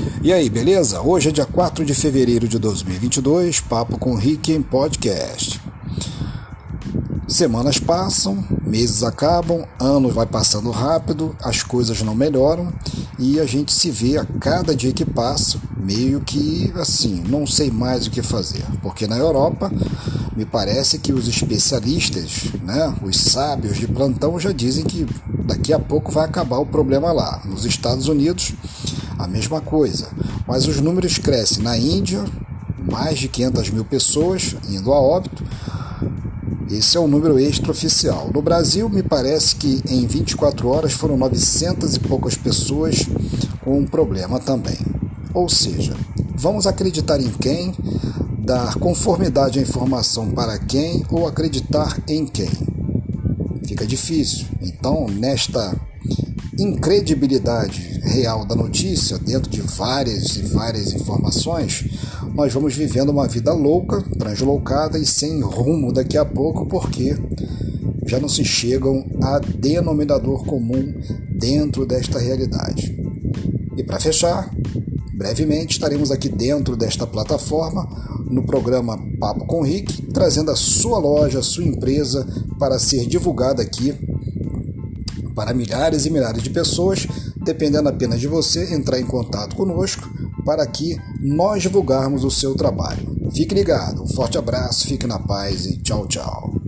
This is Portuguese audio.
E aí, beleza? Hoje é dia 4 de fevereiro de 2022, Papo com Rick em podcast. Semanas passam, meses acabam, ano vai passando rápido, as coisas não melhoram e a gente se vê a cada dia que passa, meio que assim, não sei mais o que fazer. Porque na Europa, me parece que os especialistas, os sábios de plantão já dizem que daqui a pouco vai acabar o problema lá. Nos Estados Unidos, a mesma coisa, mas os números crescem. Na Índia, mais de 500 mil pessoas indo a óbito. Esse é um número extraoficial. No Brasil, me parece que em 24 horas foram 900 e poucas pessoas com um problema também. Ou seja, vamos acreditar em quem, dar conformidade à informação para quem ou acreditar em quem? Fica difícil. Então, nesta incredibilidade real da notícia, dentro de várias e várias informações, nós vamos vivendo uma vida louca, translocada e sem rumo daqui a pouco, porque já não se chegam a denominador comum dentro desta realidade. E para fechar, brevemente estaremos aqui dentro desta plataforma, no programa Papo com Rick, trazendo a sua loja, a sua empresa para ser divulgada aqui para milhares e milhares de pessoas, dependendo apenas de você entrar em contato conosco para que nós divulgarmos o seu trabalho. Fique ligado, um forte abraço, fique na paz e tchau, tchau.